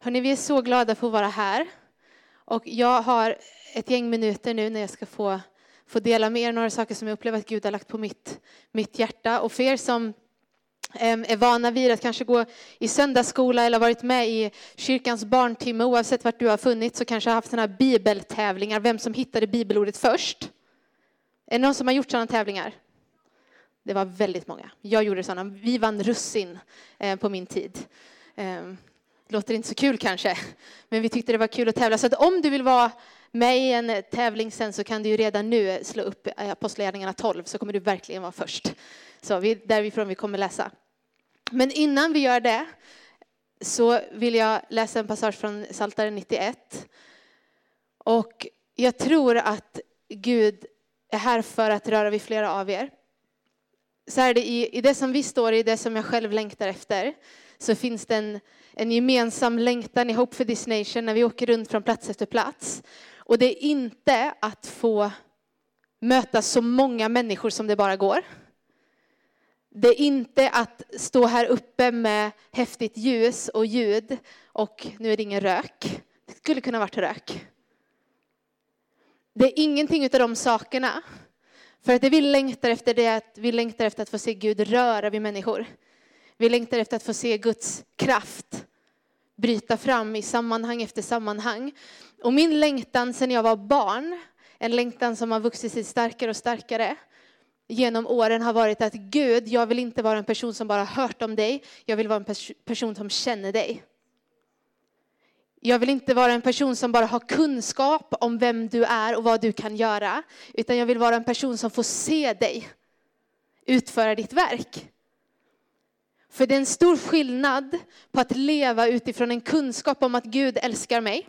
Hörrni, vi är så glada för att vara här. Och jag har ett gäng minuter nu när jag ska få dela med er några saker som jag upplever att Gud har lagt på mitt hjärta. Och för er som är vana vid att kanske gå i söndagsskola eller varit med i kyrkans barntimme, oavsett vart du har funnits, så kanske har haft sådana här bibeltävlingar. Vem som hittade bibelordet först? Är det någon som har gjort sådana tävlingar? Det var väldigt många. Jag gjorde sådana. Vi vann russin på min tid. Låter inte så kul kanske, men vi tyckte det var kul att tävla. Så att om du vill vara med i en tävling sen, så kan du ju redan nu slå upp Apostlagärningarna 12, så kommer du verkligen vara först. Så därifrån vi kommer läsa. Men innan vi gör det så vill jag läsa en passage från Psaltaren 91. Och jag tror att Gud är här för att röra vid flera av er. Så är det i det som vi står i, det som jag själv längtar efter, så finns det en gemensam längtan i Hope for this nation när vi åker runt från plats efter plats. Och det är inte att få möta så många människor som det bara går. Det är inte att stå här uppe med häftigt ljus och ljud och nu är det ingen rök. Det skulle kunna varit rök. Det är ingenting utav de sakerna. För att det vi längtar efter, det är att vi längtar efter att få se Gud röra vid människor. Vi längtar efter att få se Guds kraft bryta fram i sammanhang efter sammanhang. Och min längtan sedan jag var barn, en längtan som har vuxit sig starkare och starkare genom åren, har varit att Gud, jag vill inte vara en person som bara har hört om dig. Jag vill vara en person som känner dig. Jag vill inte vara en person som bara har kunskap om vem du är och vad du kan göra. Utan jag vill vara en person som får se dig utföra ditt verk. För det är en stor skillnad på att leva utifrån en kunskap om att Gud älskar mig.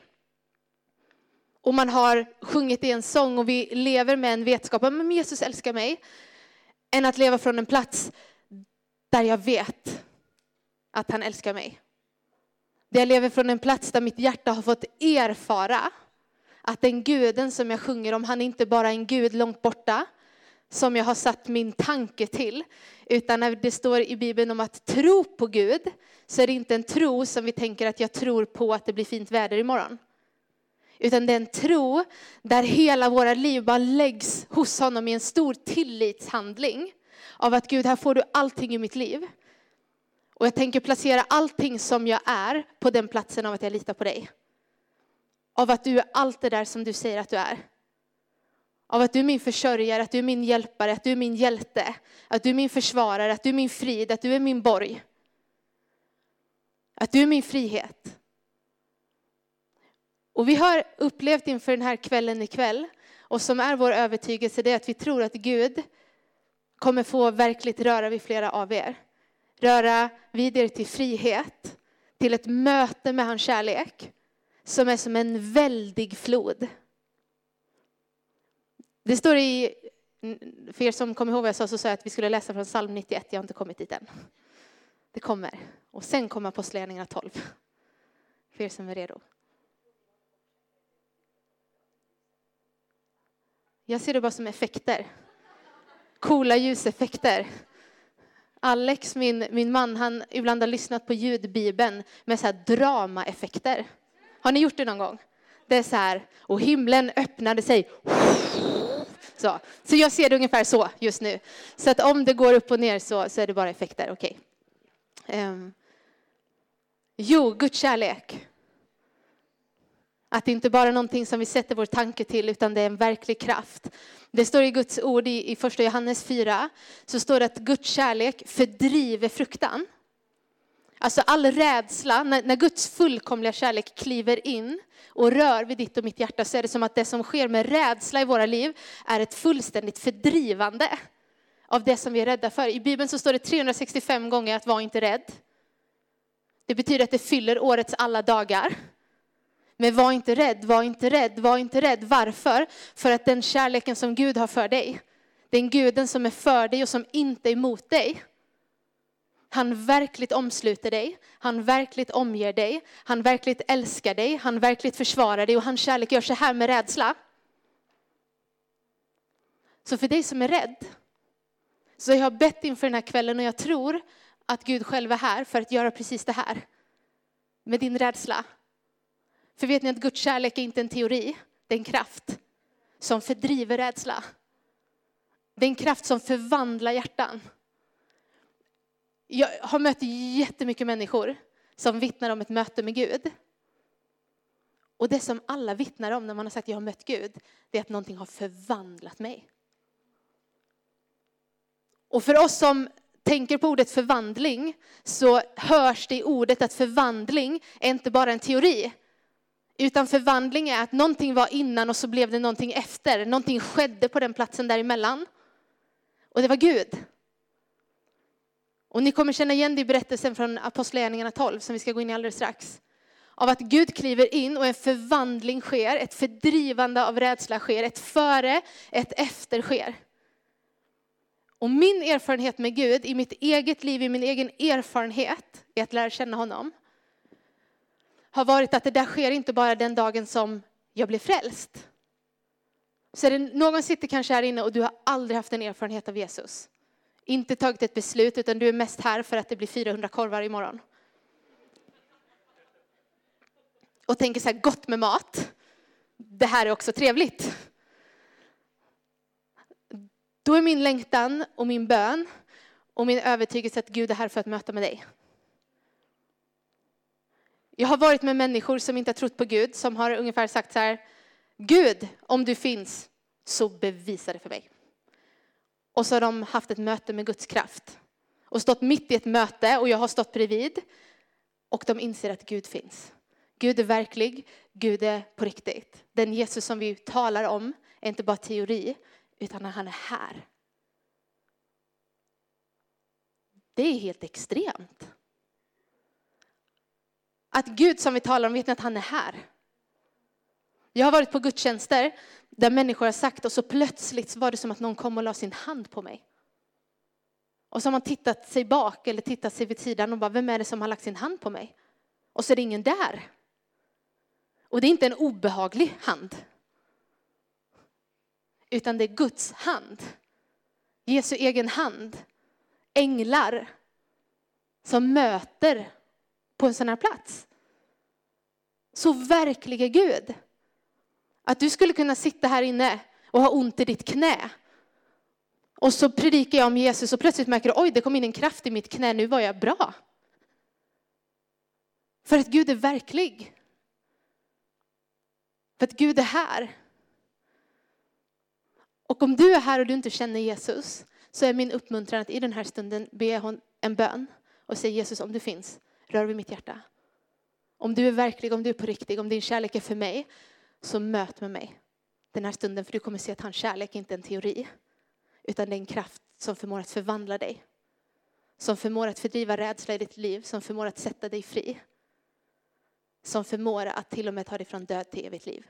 Och man har sjungit i en sång och vi lever med en vetskap om att Jesus älskar mig. Än att leva från en plats där jag vet att han älskar mig. Där jag lever från en plats där mitt hjärta har fått erfara att den guden som jag sjunger om, han är inte bara en gud långt borta som jag har satt min tanke till. Utan när det står i Bibeln om att tro på Gud, så är det inte en tro som vi tänker att jag tror på att det blir fint väder imorgon. Utan det är en tro där hela våra liv bara läggs hos honom i en stor tillitshandling. Av att Gud, här får du allting i mitt liv. Och jag tänker placera allting som jag är på den platsen av att jag litar på dig. Av att du är allt det där som du säger att du är. Av att du är min försörjare, att du är min hjälpare, att du är min hjälte. Att du är min försvarare, att du är min frid, att du är min borg. Att du är min frihet. Och vi har upplevt inför den här kvällen ikväll, och som är vår övertygelse, det är att vi tror att Gud kommer få verkligt röra vid flera av er. Röra vid er till frihet, till ett möte med hans kärlek som är som en väldig flod. Det står i, för er som kommer ihåg vad jag sa, så sa jag att vi skulle läsa från psalm 91. Jag har inte kommit dit än. Det kommer. Och sen kommer Apostlagärningarna 12. För er som är redo. Jag ser det bara som effekter. Coola ljuseffekter. Alex, min man, han ibland har lyssnat på ljudbibeln med så här dramaeffekter. Har ni gjort det någon gång? Det är så här, och himlen öppnade sig. Så jag ser det ungefär så just nu. Så att om det går upp och ner så är det bara effekter. Okej. Guds kärlek. Att det inte bara är någonting som vi sätter vår tanke till, utan det är en verklig kraft. Det står i Guds ord i 1 Johannes 4. Så står det att Guds kärlek fördriver fruktan. Alltså all rädsla, när Guds fullkomliga kärlek kliver in och rör vid ditt och mitt hjärta, så är det som att det som sker med rädsla i våra liv är ett fullständigt fördrivande av det som vi är rädda för. I Bibeln så står det 365 gånger att var inte rädd. Det betyder att det fyller årets alla dagar. Men var inte rädd, var inte rädd, var inte rädd. Varför? För att den kärleken som Gud har för dig, den guden som är för dig och som inte är emot dig, han verkligt omsluter dig, han verkligt omger dig, han verkligt älskar dig, han verkligt försvarar dig, och hans kärlek gör så här med rädsla. Så för dig som är rädd, så jag har bett inför den här kvällen, och jag tror att Gud själv är här för att göra precis det här med din rädsla. För vet ni att Guds kärlek är inte en teori, det är en kraft som fördriver rädsla. Det är en kraft som förvandlar hjärtan. Jag har mött jättemycket människor som vittnar om ett möte med Gud. Och det som alla vittnar om när man har sagt att jag har mött Gud, det är att någonting har förvandlat mig. Och för oss som tänker på ordet förvandling så hörs det i ordet att förvandling är inte bara en teori. Utan förvandling är att någonting var innan och så blev det någonting efter. Någonting skedde på den platsen däremellan. Och det var Gud. Och ni kommer känna igen det i berättelsen från Apostlagärningarna 12 som vi ska gå in i alldeles strax. Av att Gud kliver in och en förvandling sker, ett fördrivande av rädsla sker, ett före, ett efter sker. Och min erfarenhet med Gud i mitt eget liv, i min egen erfarenhet i att lära känna honom, har varit att det där sker inte bara den dagen som jag blev frälst. Så är det någon sitter kanske här inne och du har aldrig haft en erfarenhet av Jesus. Inte tagit ett beslut utan du är mest här för att det blir 400 korvar imorgon. Och tänker så här, gott med mat. Det här är också trevligt. Då är min längtan och min bön och min övertygelse att Gud är här för att möta med dig. Jag har varit med människor som inte har trott på Gud, som har ungefär sagt så här: Gud, om du finns så bevisa det för mig. Och så har de haft ett möte med Guds kraft. Och stått mitt i ett möte och jag har stått bredvid. Och de inser att Gud finns. Gud är verklig, Gud är på riktigt. Den Jesus som vi talar om är inte bara teori, utan han är här. Det är helt extremt. Att Gud som vi talar om, vet ni att han är här? Jag har varit på gudstjänster där människor har sagt och så plötsligt var det som att någon kom och la sin hand på mig. Och så har man tittat sig bak eller tittat sig vid sidan och bara, vem är det som har lagt sin hand på mig? Och så är det ingen där. Och det är inte en obehaglig hand. Utan det är Guds hand. Jesu egen hand. Änglar som möter på en sån här plats. Så verkliga Gud. Att du skulle kunna sitta här inne och ha ont i ditt knä. Och så predikar jag om Jesus och plötsligt märker du, oj, det kom in en kraft i mitt knä, nu var jag bra. För att Gud är verklig. För att Gud är här. Och om du är här och du inte känner Jesus, så är min uppmuntran att i den här stunden be hon en bön och säga, Jesus, om du finns, rör vid mitt hjärta. Om du är verklig, om du är på riktigt, om din kärlek är för mig, så möt med mig den här stunden. För du kommer se att hans kärlek inte är en teori, utan det är en kraft som förmår att förvandla dig. Som förmår att fördriva rädsla i ditt liv, som förmår att sätta dig fri. Som förmår att till och med ta dig från död till evigt liv.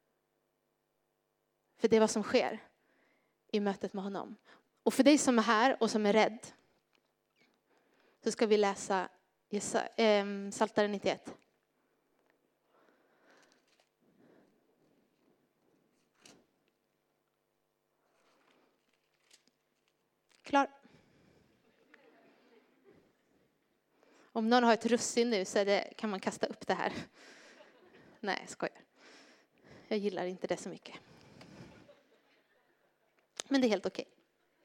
För det är vad som sker i mötet med honom. Och för dig som är här och som är rädd, så ska vi läsa Psaltaren 91. Klar. Om någon har ett russin nu så kan man kasta upp det här. Nej, jag skojar. Jag gillar inte det så mycket. Men det är helt okej.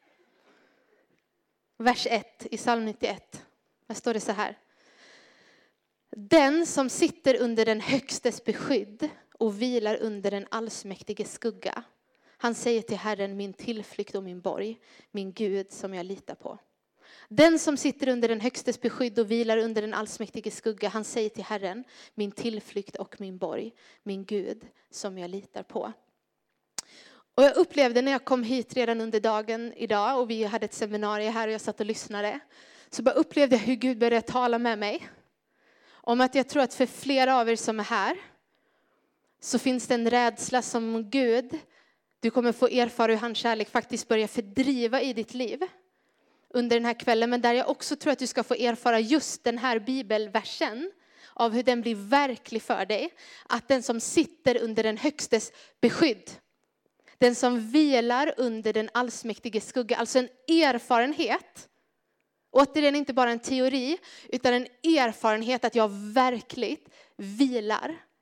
Vers 1 i psalm 91. Där står det så här. Den som sitter under den högstes beskydd och vilar under den allsmäktiges skugga. Han säger till Herren, min tillflykt och min borg, min Gud som jag litar på. Den som sitter under den högstes beskydd och vilar under den allsmäktiges skugga. Han säger till Herren, min tillflykt och min borg, min Gud som jag litar på. Och jag upplevde när jag kom hit redan under dagen idag och vi hade ett seminarium här och jag satt och lyssnade. Så bara upplevde jag hur Gud började tala med mig. Om att jag tror att för flera av er som är här så finns det en rädsla som Gud, du kommer få erfara hur hans kärlek faktiskt börjar fördriva i ditt liv under den här kvällen. Men där jag också tror att du ska få erfara just den här bibelversen av hur den blir verklig för dig. Att den som sitter under den högstes beskydd, den som vilar under den allsmäktiges skugga, alltså en erfarenhet. Och att det är inte bara en teori utan en erfarenhet att jag verkligt vilar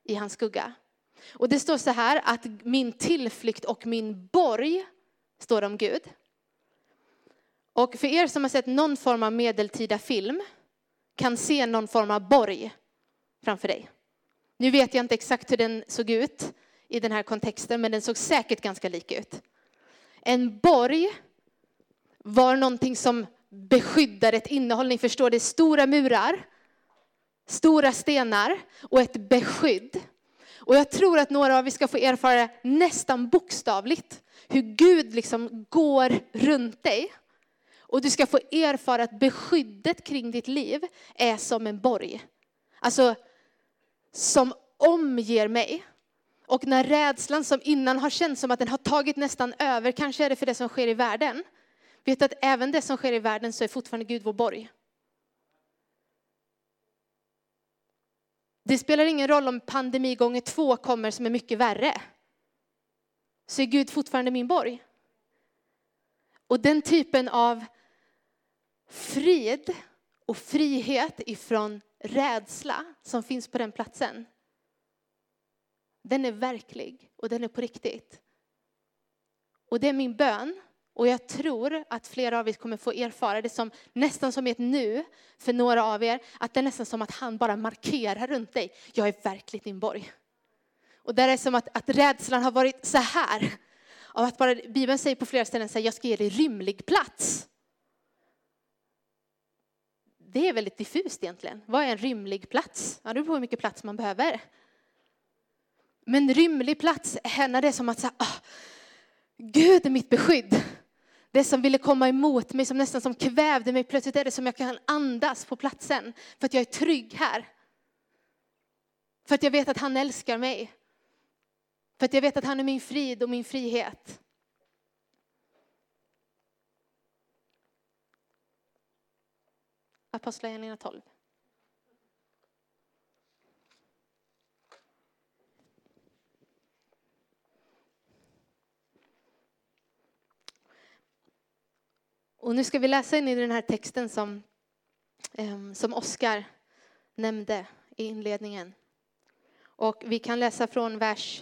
i hans skugga. Och det står så här att min tillflykt och min borg står om Gud. Och för er som har sett någon form av medeltida film kan se någon form av borg framför dig. Nu vet jag inte exakt hur den såg ut i den här kontexten, men den såg säkert ganska lik ut. En borg var någonting som beskyddar ett innehåll. Ni förstår, det är stora murar, stora stenar och ett beskydd. Och jag tror att några av er ska få erfara nästan bokstavligt hur Gud liksom går runt dig. Och du ska få erfara att beskyddet kring ditt liv är som en borg. Alltså som omger mig. Och när rädslan som innan har känts som att den har tagit nästan över, kanske är det för det som sker i världen. Vet att även det som sker i världen så är fortfarande Gud vår borg. Det spelar ingen roll om pandemi gånger 2 kommer som är mycket värre. Så är Gud fortfarande min borg. Och den typen av frid och frihet ifrån rädsla som finns på den platsen. Den är verklig och den är på riktigt. Och det är min bön. Och jag tror att flera av er kommer få erfara det som nästan som ett nu för några av er. Att det är nästan som att han bara markerar runt dig. Jag är verkligen din borg. Och där är det som att rädslan har varit så här. Av att bara, Bibeln säger på flera ställen så här, jag ska ge dig rymlig plats. Det är väldigt diffust egentligen. Vad är en rymlig plats? Ja, det beror på hur mycket plats man behöver. Men rymlig plats är när det är som att säga, Gud är mitt beskydd. Det som ville komma emot mig, som nästan som kvävde mig. Plötsligt är det som jag kan andas på platsen. För att jag är trygg här. För att jag vet att han älskar mig. För att jag vet att han är min frid och min frihet. Apostlagärningarna 12. Och nu ska vi läsa in i den här texten som Oskar nämnde i inledningen. Och vi kan läsa från vers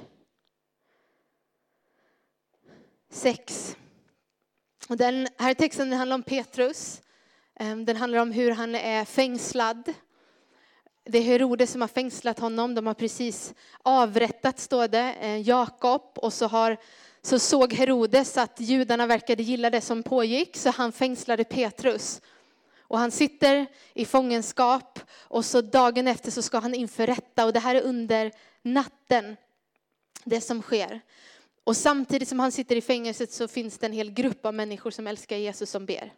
6. Och den här texten handlar om Petrus. Den handlar om hur han är fängslad. Det är Herodes som har fängslat honom. De har precis avrättat, står det, Jakob. Och så såg Herodes att judarna verkade gilla det som pågick. Så han fängslade Petrus. Och han sitter i fångenskap. Och så dagen efter så ska han inför rätta. Och det här är under natten. Det som sker. Och samtidigt som han sitter i fängelset så finns det en hel grupp av människor som älskar Jesus som ber.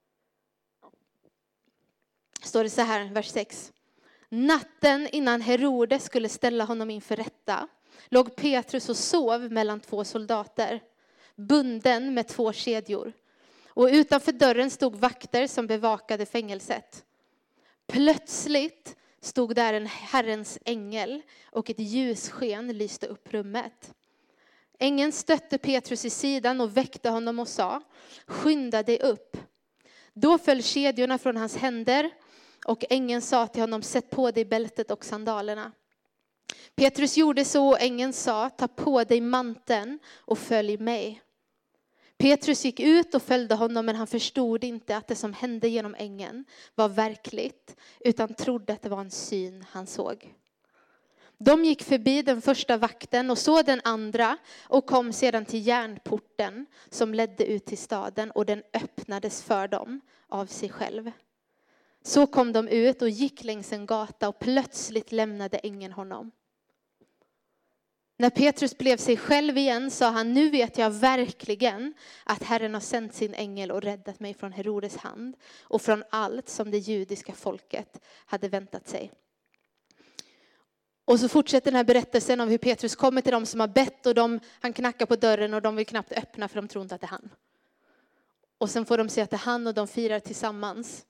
Står det så här, vers 6. Natten innan Herodes skulle ställa honom inför rätta låg Petrus och sov mellan 2 soldater, bunden med 2 kedjor. Och utanför dörren stod vakter som bevakade fängelset. Plötsligt stod där en Herrens ängel och ett ljussken lyste upp rummet. Ängeln stötte Petrus i sidan och väckte honom och sa, skynda dig upp. Då föll kedjorna från hans händer och ängeln sa till honom, sätt på dig bältet och sandalerna. Petrus gjorde så och ängeln sa, ta på dig manteln och följ mig. Petrus gick ut och följde honom, men han förstod inte att det som hände genom ängeln var verkligt, utan trodde att det var en syn han såg. De gick förbi den första vakten och såg den andra och kom sedan till järnporten som ledde ut till staden, och den öppnades för dem av sig själv. Så kom de ut och gick längs en gata och plötsligt lämnade ängeln honom. När Petrus blev sig själv igen sa han, nu vet jag verkligen att Herren har sänt sin ängel och räddat mig från Herodes hand och från allt som det judiska folket hade väntat sig. Och så fortsätter den här berättelsen om hur Petrus kommer till dem som har bett, och han knackar på dörren och de vill knappt öppna för de tror inte att det är han. Och sen får de se att det är han och de firar tillsammans.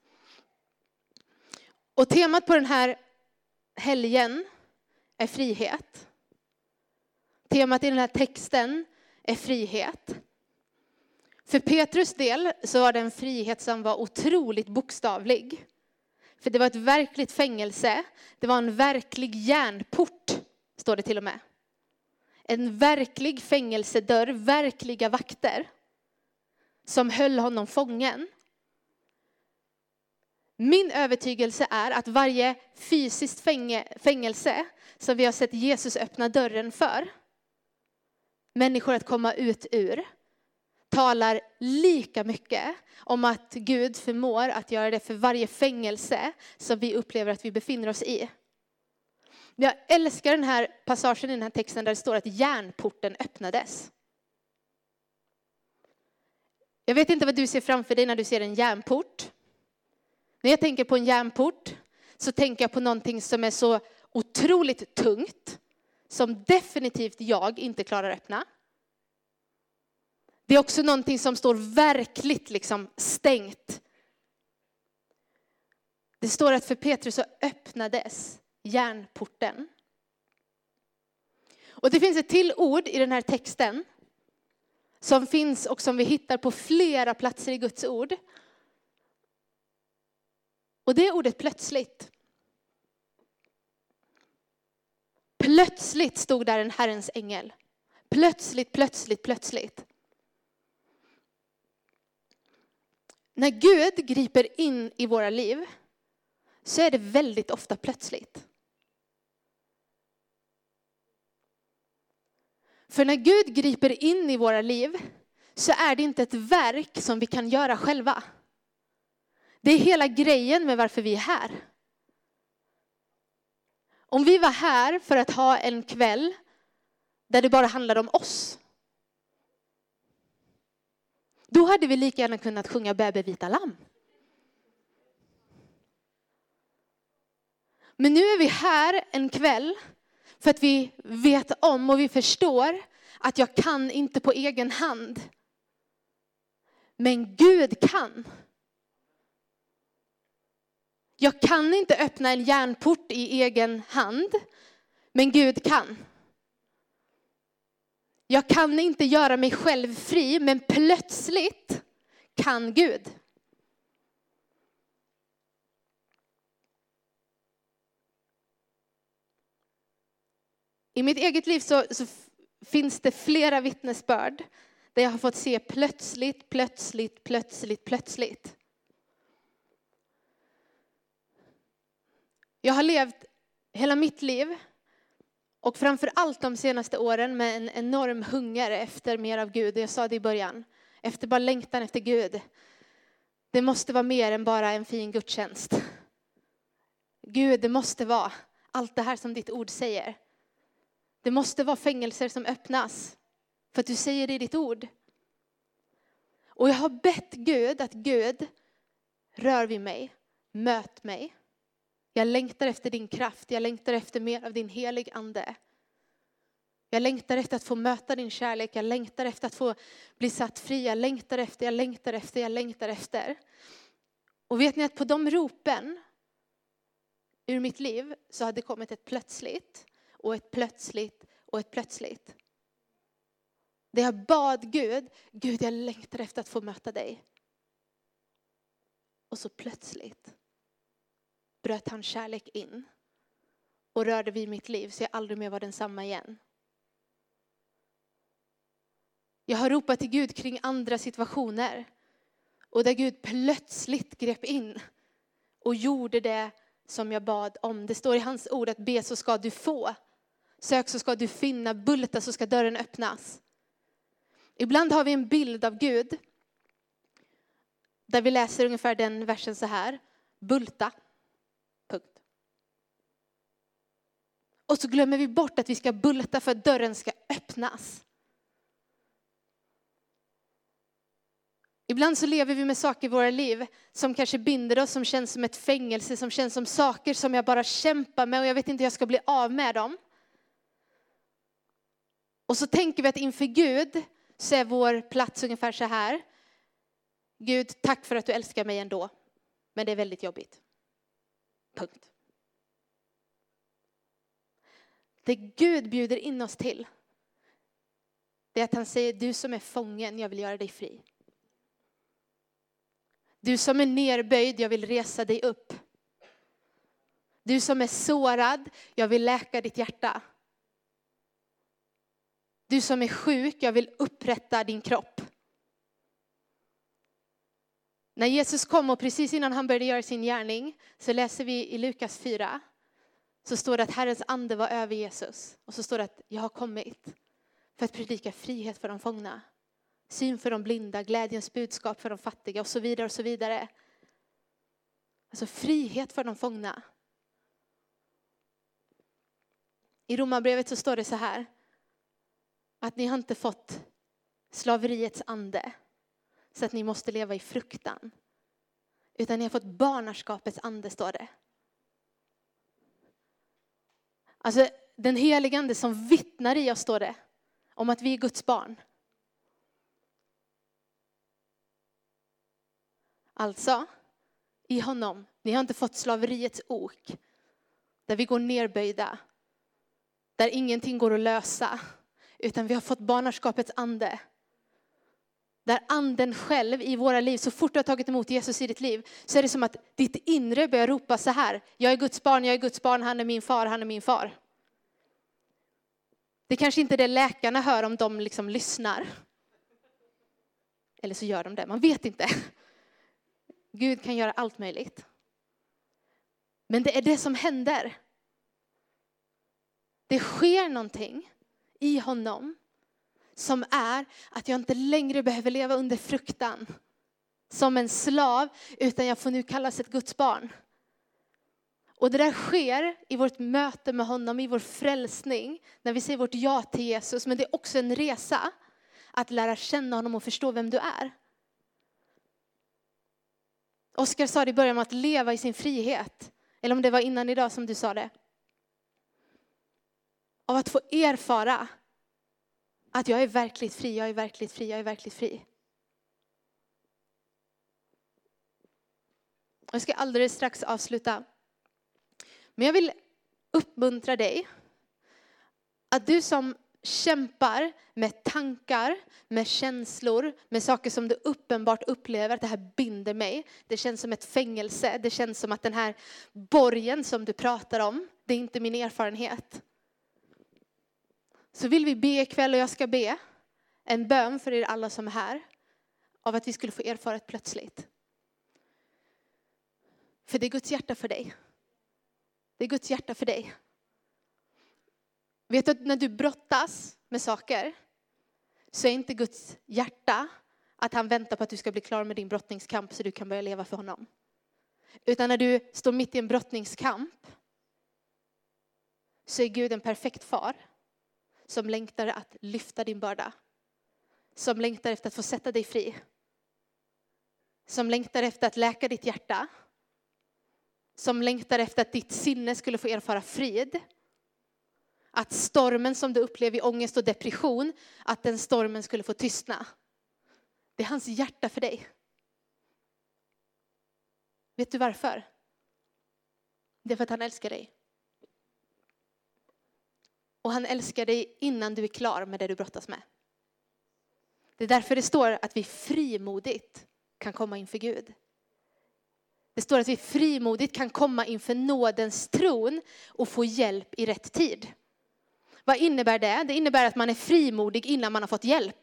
Och temat på den här helgen är frihet. Temat i den här texten är frihet. För Petrus del så var det en frihet som var otroligt bokstavlig. För det var ett verkligt fängelse. Det var en verklig järnport står det till och med. En verklig fängelsedörr, verkliga vakter som höll honom fången. Min övertygelse är att varje fysiskt fängelse som vi har sett Jesus öppna dörren för människor att komma ut ur, talar lika mycket om att Gud förmår att göra det för varje fängelse som vi upplever att vi befinner oss i. Jag älskar den här passagen i den här texten där det står att järnporten öppnades. Jag vet inte vad du ser framför dig när du ser en järnport. När jag tänker på en järnport så tänker jag på någonting som är så otroligt tungt som definitivt jag inte klarar att öppna. Det är också någonting som står verkligt liksom stängt. Det står att för Petrus så öppnades järnporten. Och det finns ett till ord i den här texten som finns och som vi hittar på flera platser i Guds ord. Och det är ordet plötsligt. Plötsligt stod där en Herrens ängel. Plötsligt, plötsligt, plötsligt. När Gud griper in i våra liv så är det väldigt ofta plötsligt. För när Gud griper in i våra liv så är det inte ett verk som vi kan göra själva. Det är hela grejen med varför vi är här. Om vi var här för att ha en kväll där det bara handlar om oss, då hade vi lika gärna kunnat sjunga Bäbe vita lamm. Men nu är vi här en kväll för att vi vet om och vi förstår att jag kan inte på egen hand. Men Gud kan. Jag kan inte öppna en järnport i egen hand, men Gud kan. Jag kan inte göra mig själv fri, men plötsligt kan Gud. I mitt eget liv så finns det flera vittnesbörd där jag har fått se plötsligt. Jag har levt hela mitt liv och framför allt de senaste åren med en enorm hunger efter mer av Gud. Jag sa det i början, efter bara längtan efter Gud. Det måste vara mer än bara en fin gudstjänst. Gud, det måste vara allt det här som ditt ord säger. Det måste vara fängelser som öppnas för att du säger det i ditt ord. Och jag har bett Gud att Gud rör vid mig, möt mig. Jag längtar efter din kraft, jag längtar efter mer av din helig ande. Jag längtar efter att få möta din kärlek, jag längtar efter att få bli satt fri, jag längtar efter. Och vet ni att på de ropen ur mitt liv så hade det kommit ett plötsligt och ett plötsligt och ett plötsligt. Det jag bad Gud, jag längtar efter att få möta dig. Och så plötsligt bröt han kärlek in och rörde vid mitt liv så jag aldrig mer var densamma igen. Jag har ropat till Gud kring andra situationer och där Gud plötsligt grep in och gjorde det som jag bad om. Det står i hans ord att be så ska du få, sök så ska du finna, bulta så ska dörren öppnas. Ibland har vi en bild av Gud där vi läser ungefär den versen så här, bulta. Punkt. Och så glömmer vi bort att vi ska bulta för att dörren ska öppnas. Ibland så lever vi med saker i våra liv som kanske binder oss, som känns som ett fängelse, som känns som saker som jag bara kämpar med och jag vet inte hur jag ska bli av med dem. Och så tänker vi att inför Gud så är vår plats ungefär så här. Gud, tack för att du älskar mig ändå, men det är väldigt jobbigt. Punkt. Det Gud bjuder in oss till, det är att han säger, du som är fången, jag vill göra dig fri. Du som är nerböjd, jag vill resa dig upp. Du som är sårad, jag vill läka ditt hjärta. Du som är sjuk, jag vill upprätta din kropp. När Jesus kom och precis innan han började göra sin gärning, så läser vi i Lukas 4. Så står det att Herrens ande var över Jesus. Och så står det att jag har kommit för att predika frihet för de fångna. Syn för de blinda, glädjens budskap för de fattiga och så vidare och så vidare. Alltså frihet för de fångna. I Romarbrevet så står det så här. Att ni har inte fått slaveriets ande. Så att ni måste leva i fruktan. Utan ni har fått barnaskapets ande, står det. Alltså den helige ande som vittnar i oss, står det. Om att vi är Guds barn. Alltså, i honom. Ni har inte fått slaveriets ok. Där vi går nerböjda. Där ingenting går att lösa. Utan vi har fått barnaskapets ande. Där anden själv i våra liv, så fort du har tagit emot Jesus i ditt liv, så är det som att ditt inre börjar ropa så här. Jag är Guds barn, jag är Guds barn, han är min far, han är min far. Det kanske inte är det läkarna hör om de liksom lyssnar. Eller så gör de det, man vet inte. Gud kan göra allt möjligt. Men det är det som händer. Det sker någonting i honom. Som är att jag inte längre behöver leva under fruktan. Som en slav, utan jag får nu kallas ett Guds barn. Och det där sker i vårt möte med honom, i vår frälsning. När vi säger vårt ja till Jesus. Men det är också en resa att lära känna honom och förstå vem du är. Oskar sa det i början om att leva i sin frihet. Eller om det var innan idag som du sa det. Av att få erfara att jag är verkligt fri, jag är verkligt fri, jag är verkligt fri. Jag ska alldeles strax avsluta. Men jag vill uppmuntra dig. Att du som kämpar med tankar, med känslor, med saker som du uppenbart upplever att det här binder mig. Det känns som ett fängelse, det känns som att den här borgen som du pratar om, det är inte min erfarenhet. Så vill vi be ikväll, och jag ska be en bön för er alla som är här. Av att vi skulle få erfara ett plötsligt. För det är Guds hjärta för dig. Det är Guds hjärta för dig. Vet du att när du brottas med saker, så är inte Guds hjärta att han väntar på att du ska bli klar med din brottningskamp så du kan börja leva för honom. Utan när du står mitt i en brottningskamp, så är Gud en perfekt far. Som längtar att lyfta din börda. Som längtar efter att få sätta dig fri. Som längtar efter att läka ditt hjärta. Som längtar efter att ditt sinne skulle få erfara frid. Att stormen som du upplever i ångest och depression, att den stormen skulle få tystna. Det är hans hjärta för dig. Vet du varför? Det är för att han älskar dig. Och han älskar dig innan du är klar med det du brottas med. Det är därför det står att vi frimodigt kan komma inför Gud. Det står att vi frimodigt kan komma inför nådens tron och få hjälp i rätt tid. Vad innebär det? Det innebär att man är frimodig innan man har fått hjälp.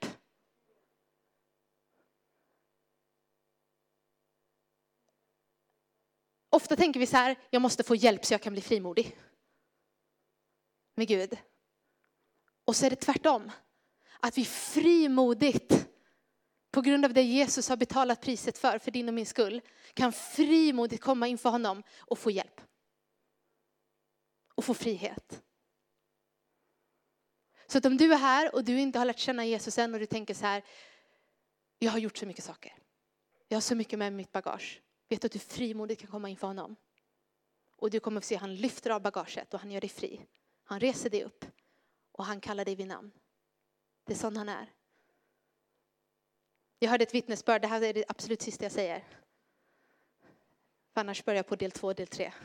Ofta tänker vi så här, jag måste få hjälp så jag kan bli frimodig med Gud. Och så är det tvärtom. Att vi frimodigt, på grund av det Jesus har betalat priset för din och min skull, kan frimodigt komma inför honom och få hjälp. Och få frihet. Så att om du är här och du inte har lärt känna Jesus än och du tänker så här, jag har gjort så mycket saker. Jag har så mycket med mitt bagage. Vet du att du frimodigt kan komma inför honom. Och du kommer att se han lyfter av bagaget och han gör dig fri. Han reser dig upp och han kallar dig vid namn. Det är sån han är. Jag hörde ett vittnesbörd, det här är det absolut sista jag säger. För annars börjar jag på del 2 och del 3.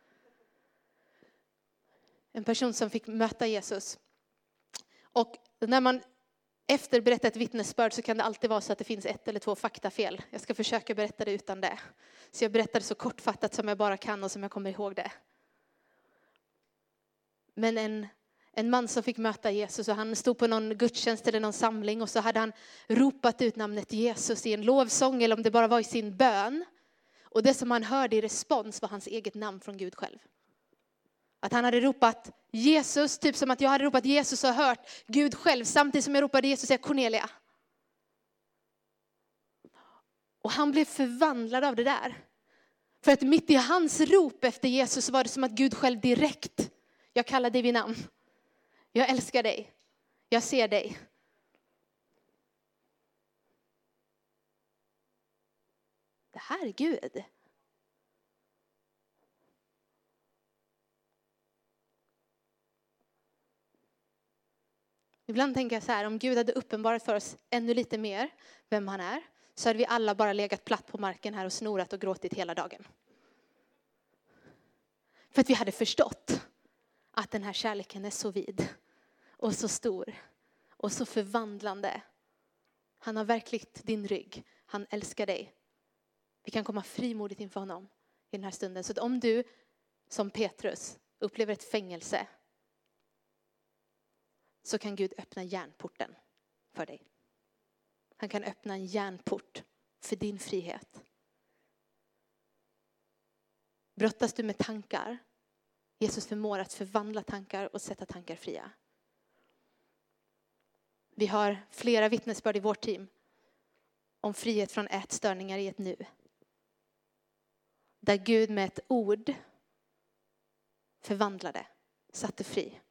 En person som fick möta Jesus. Och när man efter berättar ett vittnesbörd så kan det alltid vara så att det finns 1 eller 2 faktafel. Jag ska försöka berätta det utan det. Så jag berättar det så kortfattat som jag bara kan och som jag kommer ihåg det. Men En man som fick möta Jesus, och han stod på någon gudstjänst eller någon samling, och så hade han ropat ut namnet Jesus i en lovsång eller om det bara var i sin bön. Och det som han hörde i respons var hans eget namn från Gud själv. Att han hade ropat Jesus, typ som att jag hade ropat Jesus och hört Gud själv samtidigt som jag ropade Jesus, säger Cornelia. Och han blev förvandlad av det där. För att mitt i hans rop efter Jesus var det som att Gud själv direkt, jag kallar dig vid namn. Jag älskar dig. Jag ser dig. Det här är Gud. Ibland tänker jag så här, om Gud hade uppenbarat för oss ännu lite mer vem han är, så hade vi alla bara legat platt på marken här och snorat och gråtit hela dagen. För att vi hade förstått att den här kärleken är så vid och så stor och så förvandlande. Han har verkligen din rygg. Han älskar dig. Vi kan komma frimodigt inför honom i den här stunden. Så att om du som Petrus upplever ett fängelse, så kan Gud öppna järnporten för dig. Han kan öppna en järnport för din frihet. Brottas du med tankar, Jesus förmår att förvandla tankar och sätta tankar fria. Vi har flera vittnesbörd i vårt team om frihet från ätstörningar i ett nu. Där Gud med ett ord förvandlade, satte fri.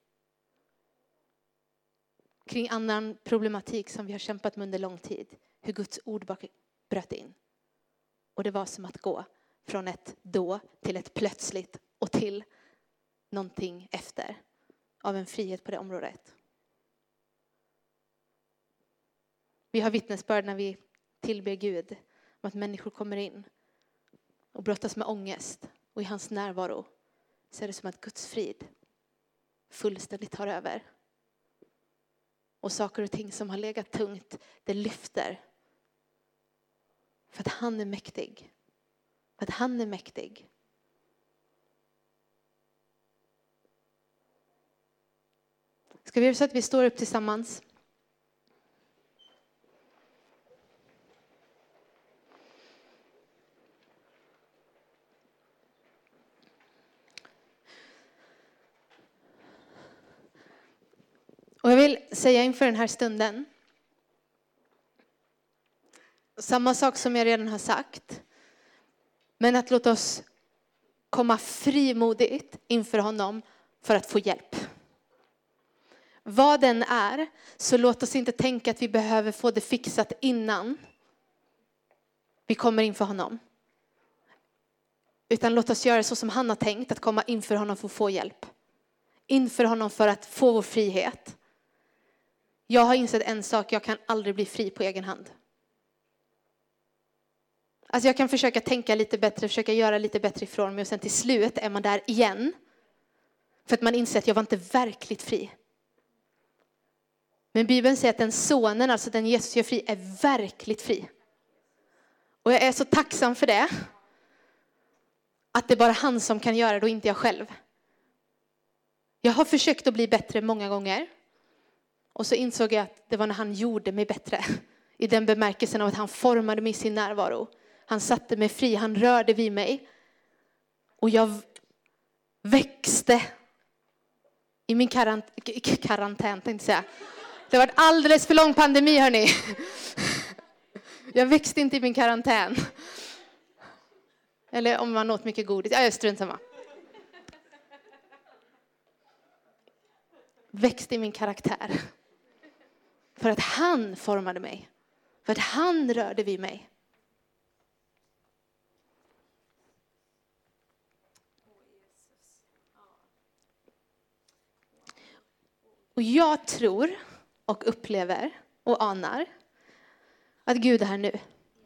Kring annan problematik som vi har kämpat med under lång tid. Hur Guds ord bröt in. Och det var som att gå från ett då till ett plötsligt och till någonting efter. Av en frihet på det området. Vi har vittnesbörd när vi tillber Gud om att människor kommer in och brottas med ångest. Och i hans närvaro så är det som att Guds frid fullständigt tar över. Och saker och ting som har legat tungt, det lyfter. För att han är mäktig. För att han är mäktig. Ska vi göra så att vi står upp tillsammans? Och jag vill säga inför den här stunden, samma sak som jag redan har sagt, men att låta oss komma frimodigt inför honom för att få hjälp. Vad den är, så låt oss inte tänka att vi behöver få det fixat innan vi kommer inför honom. Utan låt oss göra så som han har tänkt, att komma inför honom för att få hjälp. Inför honom för att få vår frihet. Jag har insett en sak, jag kan aldrig bli fri på egen hand. Alltså jag kan försöka tänka lite bättre, försöka göra lite bättre ifrån mig och sen till slut är man där igen. För att man inser att jag var inte verkligt fri. Men Bibeln säger att den sonen, alltså den Jesus gör fri, är verkligt fri. Och jag är så tacksam för det. Att det är bara han som kan göra det och inte jag själv. Jag har försökt att bli bättre många gånger. Och så insåg jag att det var när han gjorde mig bättre. I den bemärkelsen av att han formade mig i sin närvaro. Han satte mig fri, han rörde vid mig. Och jag växte i min karantän, tänkte jag säga. Det har varit alldeles för lång pandemi, hörni. Jag växte inte i min karantän. Eller om man åt mycket godis. Ja, jag strunt samma. Växte i min karaktär. För att han formade mig. För att han rörde vid mig. Och jag tror och upplever och anar att Gud är här nu.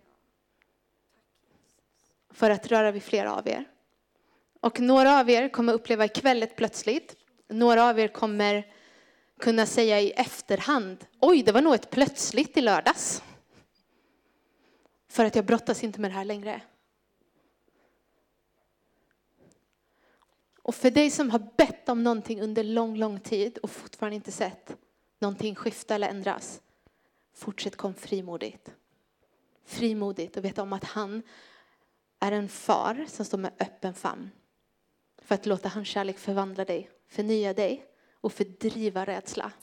För att röra vid flera av er. Och några av er kommer uppleva ikväll ett plötsligt. Några av er kommer kunna säga i efterhand: oj, det var nog ett plötsligt i lördags. För att jag brottas inte med det här längre. Och för dig som har bett om någonting under lång tid och fortfarande inte sett någonting skifta eller ändras. Fortsätt kom frimodigt. Frimodigt och veta om att han är en far som står med öppen famn. För att låta hans kärlek förvandla dig, förnya dig och fördriva rädsla.